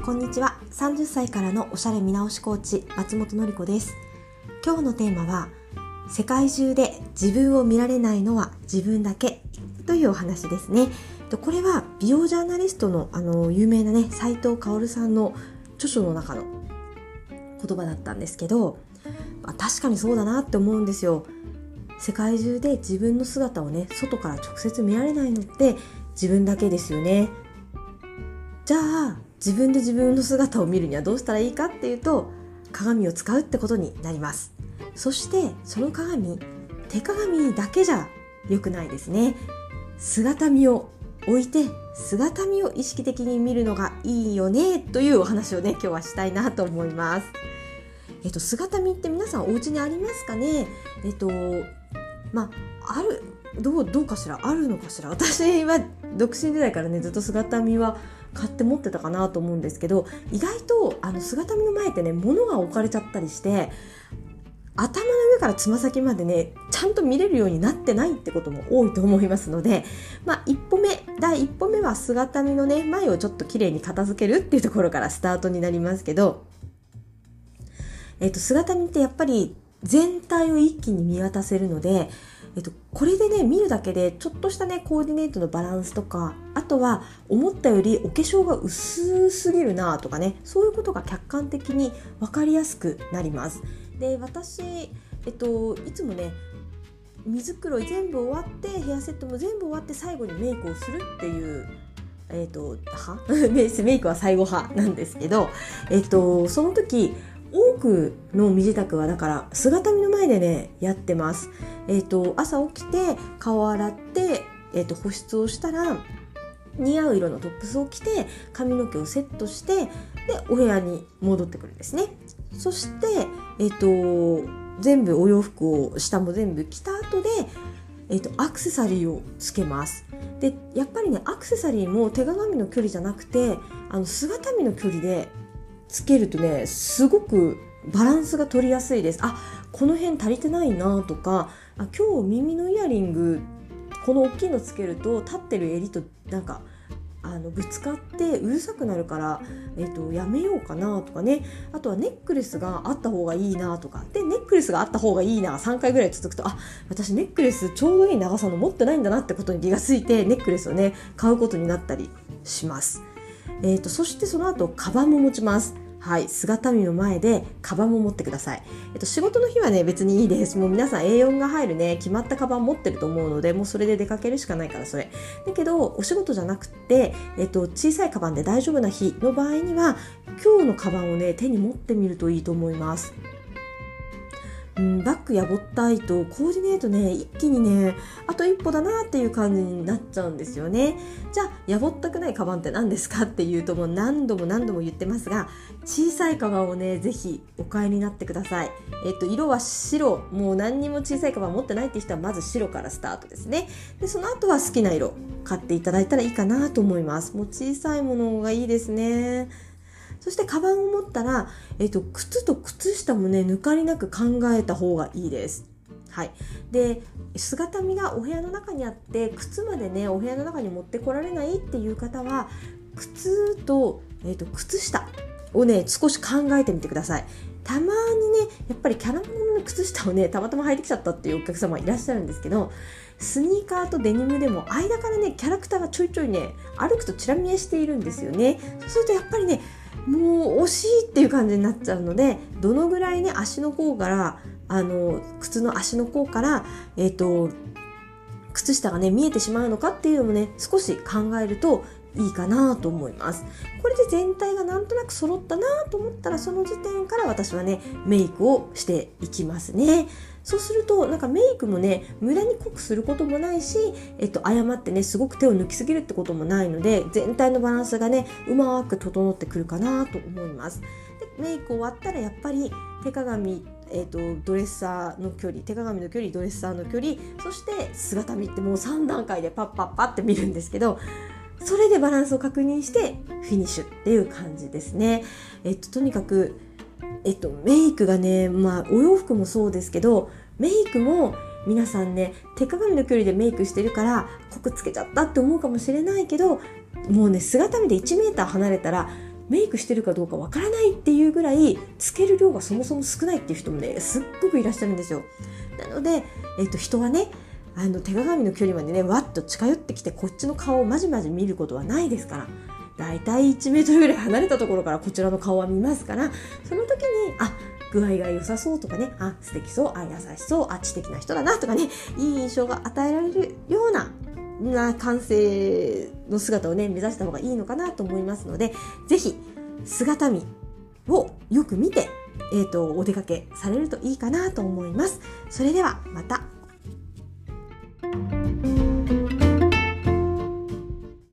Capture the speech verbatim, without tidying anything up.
こんにちは。さんじゅっさいからのおしゃれ見直しコーチ松本のり子です。今日のテーマは世界中で自分を見られないのは自分だけというお話ですね。これは美容ジャーナリストのあの有名なね斉藤薫さんの著書の中の言葉だったんですけど、まあ、確かにそうだなって思うんですよ。世界中で自分の姿をね外から直接見られないのって自分だけですよね。じゃあ自分で自分の姿を見るにはどうしたらいいかっていうと、鏡を使うってことになります。そしてその鏡、手鏡だけじゃ良くないですね。姿見を置いて姿見を意識的に見るのがいいよねというお話をね今日はしたいなと思います。えっと姿見って皆さんお家にありますかね。えっとまああるどうどうかしらあるのかしら。私は独身時代からねずっと姿見は買って持ってたかなと思うんですけど、意外とあの姿見の前ってね物が置かれちゃったりして頭の上からつま先までねちゃんと見れるようになってないってことも多いと思いますので、まあ一歩目第一歩目は姿見のね前をちょっときれいに片付けるっていうところからスタートになりますけど、えっと姿見ってやっぱり全体を一気に見渡せるので、えっと、これでね見るだけでちょっとしたねコーディネートのバランスとか、あとは思ったよりお化粧が薄すぎるなとかね、そういうことが客観的に分かりやすくなります。で私、えっと、いつもね水黒い全部終わってヘアセットも全部終わって最後にメイクをするっていうえっとはメイクは最後派なんですけど、えっと、その時多くの身支度はだから姿見の前でねやってます。えっと朝起きて顔を洗って、えっと保湿をしたら似合う色のトップスを着て髪の毛をセットしてでお部屋に戻ってくるんですね。そしてえっと全部お洋服を下も全部着た後でえっとアクセサリーをつけます。でやっぱりねアクセサリーも手鏡の距離じゃなくてあの姿見の距離でつけるとねすごくバランスが取りやすいです。あ、この辺足りてないなとか、あ、今日耳のイヤリングこの大きいのつけると立ってる襟となんかあのぶつかってうるさくなるから、えっと、やめようかなとかね。あとはネックレスがあった方がいいなとかで、ネックレスがあった方がいいなさんかいぐらい続くと、あ、私ネックレスちょうどいい長さの持ってないんだなってことに気がついてネックレスをね買うことになったりします。えっと、そしてその後カバンも持ちます。はい、姿見の前でカバンも持ってください。えっと、仕事の日はね別にいいです。もう皆さん エーよん が入るね決まったカバン持ってると思うので、もうそれで出かけるしかないからそれだけど、お仕事じゃなくて、えっと、小さいカバンで大丈夫な日の場合には今日のカバンをね手に持ってみるといいと思います。うん、バッグやぼったいとコーディネートね一気にねあと一歩だなっていう感じになっちゃうんですよね。じゃあやぼったくないカバンって何ですかっていうと、もう何度も何度も言ってますが、小さいカバンをねぜひお買いになってください。えっと色は白、もう何にも小さいカバン持ってないって人はまず白からスタートですね。でその後は好きな色買っていただいたらいいかなと思います。もう小さいものがいいですね。そしてカバンを持ったら、えっと、靴と靴下もね抜かりなく考えた方がいいです。はい、で姿見がお部屋の中にあって靴までねお部屋の中に持ってこられないっていう方は靴と、えっと、靴下をね少し考えてみてください。たまにねやっぱりキャラモンの靴下をねたまたま履いてきちゃったっていうお客様いらっしゃるんですけど、スニーカーとデニムでも間からねキャラクターがちょいちょいね歩くとチラ見えしているんですよね。そうするとやっぱりねもう惜しいっていう感じになっちゃうので、どのぐらいね足の甲からあの靴の足の甲から、えーと、靴下がね見えてしまうのかっていうのもね少し考えるといいかなと思います。これで全体がなんとなく揃ったなと思ったら、その時点から私はねメイクをしていきますね。そうするとなんかメイクもね無駄に濃くすることもないし、えっと、誤ってねすごく手を抜きすぎるってこともないので、全体のバランスがねうまく整ってくるかなと思います。でメイク終わったらやっぱり手鏡、えっと、ドレッサーの距離、手鏡の距離、ドレッサーの距離、そして姿見ってもうさん段階でパッパッパって見るんですけど、それでバランスを確認してフィニッシュっていう感じですね。えっと、とにかくえっと、メイクがね、まあ、お洋服もそうですけど、メイクも皆さんね手鏡の距離でメイクしてるから濃くつけちゃったって思うかもしれないけど、もうね姿見でいちメーター離れたらメイクしてるかどうかわからないっていうぐらいつける量がそもそも少ないっていう人もねすっごくいらっしゃるんですよ。なので、えっと、人はねあの手鏡の距離までねわっと近寄ってきてこっちの顔をまじまじ見ることはないですから、だいたいいちメートルぐらい離れたところからこちらの顔は見ますから、その時にあ具合が良さそうとかね、あ素敵そう、あ優しそう、あ知的な人だなとかね、いい印象が与えられるようなな完成の姿をね目指した方がいいのかなと思いますので、ぜひ姿見をよく見て、えーと、お出かけされるといいかなと思います。それではまた。